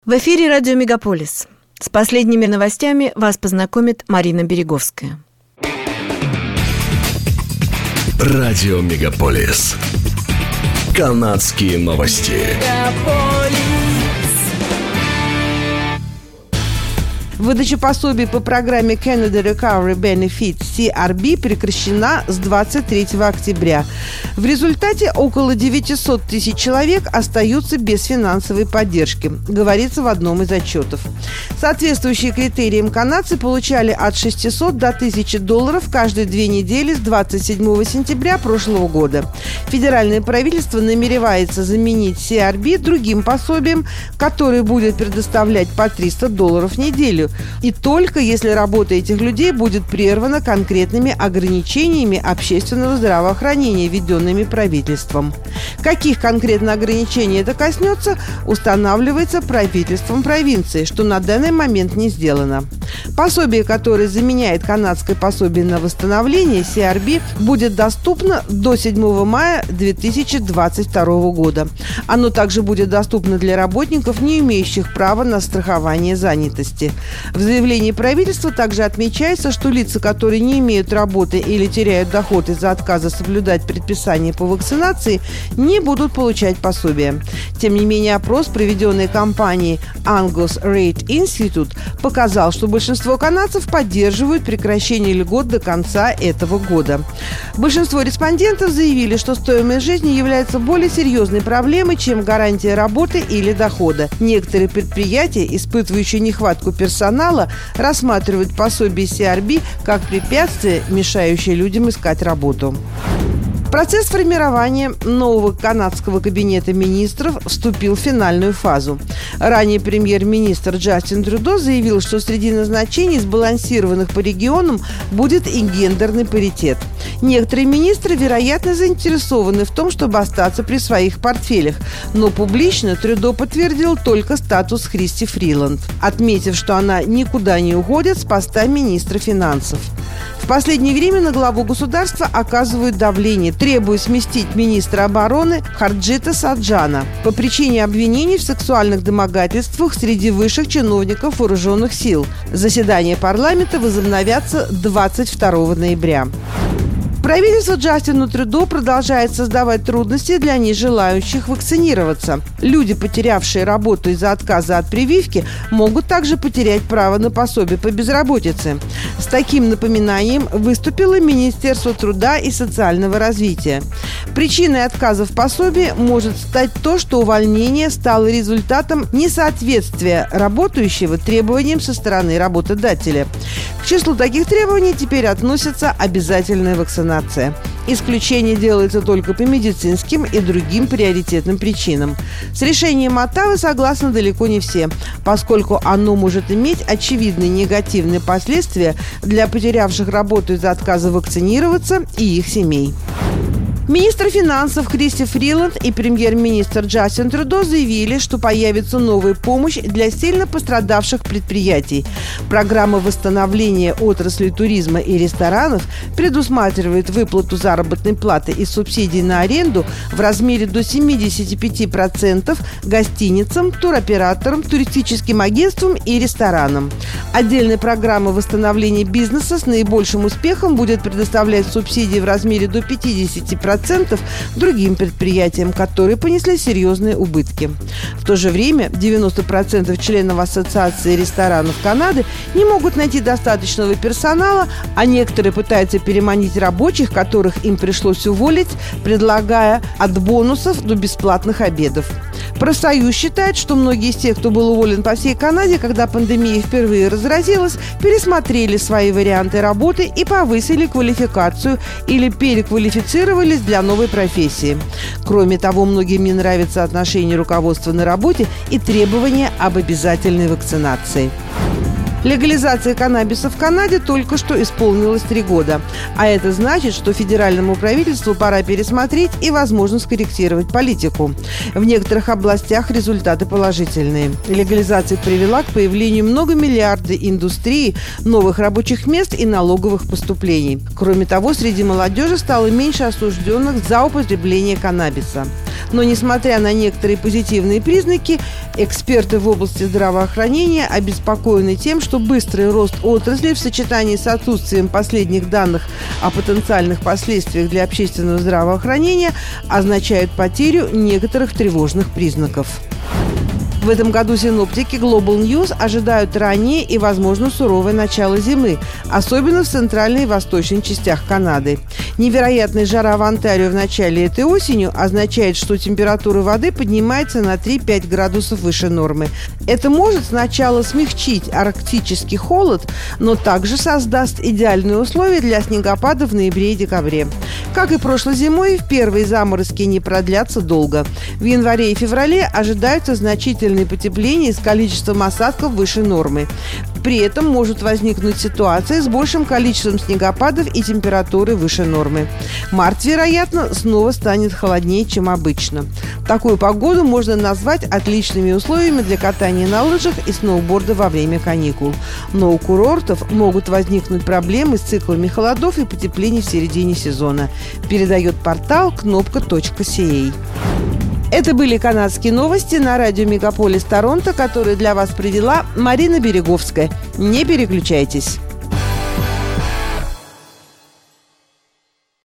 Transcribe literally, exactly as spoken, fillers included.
В эфире радио «Мегаполис». С последними новостями вас познакомит Марина Береговская. Радио «Мегаполис». Канадские новости. Выдача пособий по программе Canada Recovery Benefit си ар би прекращена с двадцать третьего октября. В результате около девятьсот тысяч человек остаются без финансовой поддержки, говорится в одном из отчетов. Соответствующие критериям канадцы получали от шестисот до тысячи долларов каждые две недели с двадцать седьмого сентября прошлого года. Федеральное правительство намеревается заменить си ар би другим пособием, которое будет предоставлять по триста долларов в неделю, и только если работа этих людей будет прервана конкретными ограничениями общественного здравоохранения, введенными правительством. Каких конкретно ограничений это коснется, устанавливается правительством провинции, что на данный момент не сделано. Пособие, которое заменяет канадское пособие на восстановление, си ар би, будет доступно до седьмого мая две тысячи двадцать второго года. Оно также будет доступно для работников, не имеющих права на страхование занятости. В заявлении правительства также отмечается, что лица, которые не имеют работы или теряют доход из-за отказа соблюдать предписания по вакцинации, не будут получать пособие. Тем не менее, опрос, проведенный компанией Angus Reid Institute, показал, что большинство канадцев поддерживают прекращение льгот до конца этого года. Большинство респондентов заявили, что стоимость жизни является более серьезной проблемой, чем гарантия работы или дохода. Некоторые предприятия, испытывающие нехватку персонала, рассматривают пособие си ар би как препятствие, мешающее людям искать работу. Процесс формирования нового канадского кабинета министров вступил в финальную фазу. Ранее премьер-министр Джастин Трюдо заявил, что среди назначений, сбалансированных по регионам, будет и гендерный паритет. Некоторые министры, вероятно, заинтересованы в том, чтобы остаться при своих портфелях, но публично Трюдо подтвердил только статус Христи Фриланд, отметив, что она никуда не уходит с поста министра финансов. В последнее время на главу государства оказывают давление, требуя сместить министра обороны Харджита Саджана по причине обвинений в сексуальных домогательствах среди высших чиновников вооруженных сил. Заседания парламента возобновятся двадцать второго ноября. Правительство Джастина Трюдо продолжает создавать трудности для нежелающих вакцинироваться. Люди, потерявшие работу из-за отказа от прививки, могут также потерять право на пособие по безработице. С таким напоминанием выступило Министерство труда и социального развития. Причиной отказа в пособии может стать то, что увольнение стало результатом несоответствия работающего требованиям со стороны работодателя. К числу таких требований теперь относится обязательная вакцинация. Исключение делается только по медицинским и другим приоритетным причинам. С решением Оттавы согласны далеко не все, поскольку оно может иметь очевидные негативные последствия для потерявших работу из-за отказа вакцинироваться и их семей. Министр финансов Христи Фриланд и премьер-министр Джастин Трюдо заявили, что появится новая помощь для сильно пострадавших предприятий. Программа восстановления отрасли туризма и ресторанов предусматривает выплату заработной платы и субсидий на аренду в размере до семьдесят пять процентов гостиницам, туроператорам, туристическим агентствам и ресторанам. Отдельная программа восстановления бизнеса с наибольшим успехом будет предоставлять субсидии в размере до пятьдесят процентов другим предприятиям, которые понесли серьезные убытки. В то же время девяносто процентов членов Ассоциации ресторанов Канады не могут найти достаточного персонала, а некоторые пытаются переманить рабочих, которых им пришлось уволить, предлагая от бонусов до бесплатных обедов. Профсоюз считает, что многие из тех, кто был уволен по всей Канаде, когда пандемия впервые разразилась, пересмотрели свои варианты работы и повысили квалификацию или переквалифицировались для новой профессии. Кроме того, многим не нравится отношение руководства на работе и требования об обязательной вакцинации. Легализация каннабиса в Канаде только что исполнилось три года. А это значит, что федеральному правительству пора пересмотреть и, возможно, скорректировать политику. В некоторых областях результаты положительные. Легализация привела к появлению многомиллиардной индустрии, новых рабочих мест и налоговых поступлений. Кроме того, среди молодежи стало меньше осужденных за употребление каннабиса. Но, несмотря на некоторые позитивные признаки, эксперты в области здравоохранения обеспокоены тем, что быстрый рост отрасли в сочетании с отсутствием последних данных о потенциальных последствиях для общественного здравоохранения означает потерю некоторых тревожных признаков. В этом году синоптики Global News ожидают раннее и, возможно, суровое начало зимы, особенно в центральной и восточной частях Канады. Невероятная жара в Онтарио в начале этой осенью означает, что температура воды поднимается на три-пять градусов выше нормы. Это может сначала смягчить арктический холод, но также создаст идеальные условия для снегопада в ноябре и декабре. Как и прошлой зимой, первые заморозки не продлятся долго. В январе и феврале ожидаются значительные потепление с количеством осадков выше нормы. При этом может возникнуть ситуация с большим количеством снегопадов и температуры выше нормы. Март, вероятно, снова станет холоднее, чем обычно. Такую погоду можно назвать отличными условиями для катания на лыжах и сноуборда во время каникул. Но у курортов могут возникнуть проблемы с циклами холодов и потеплений в середине сезона, передает портал кнопка точка си эй. Это были канадские новости на радио Мегаполис Торонто, которые для вас привела Марина Береговская. Не переключайтесь.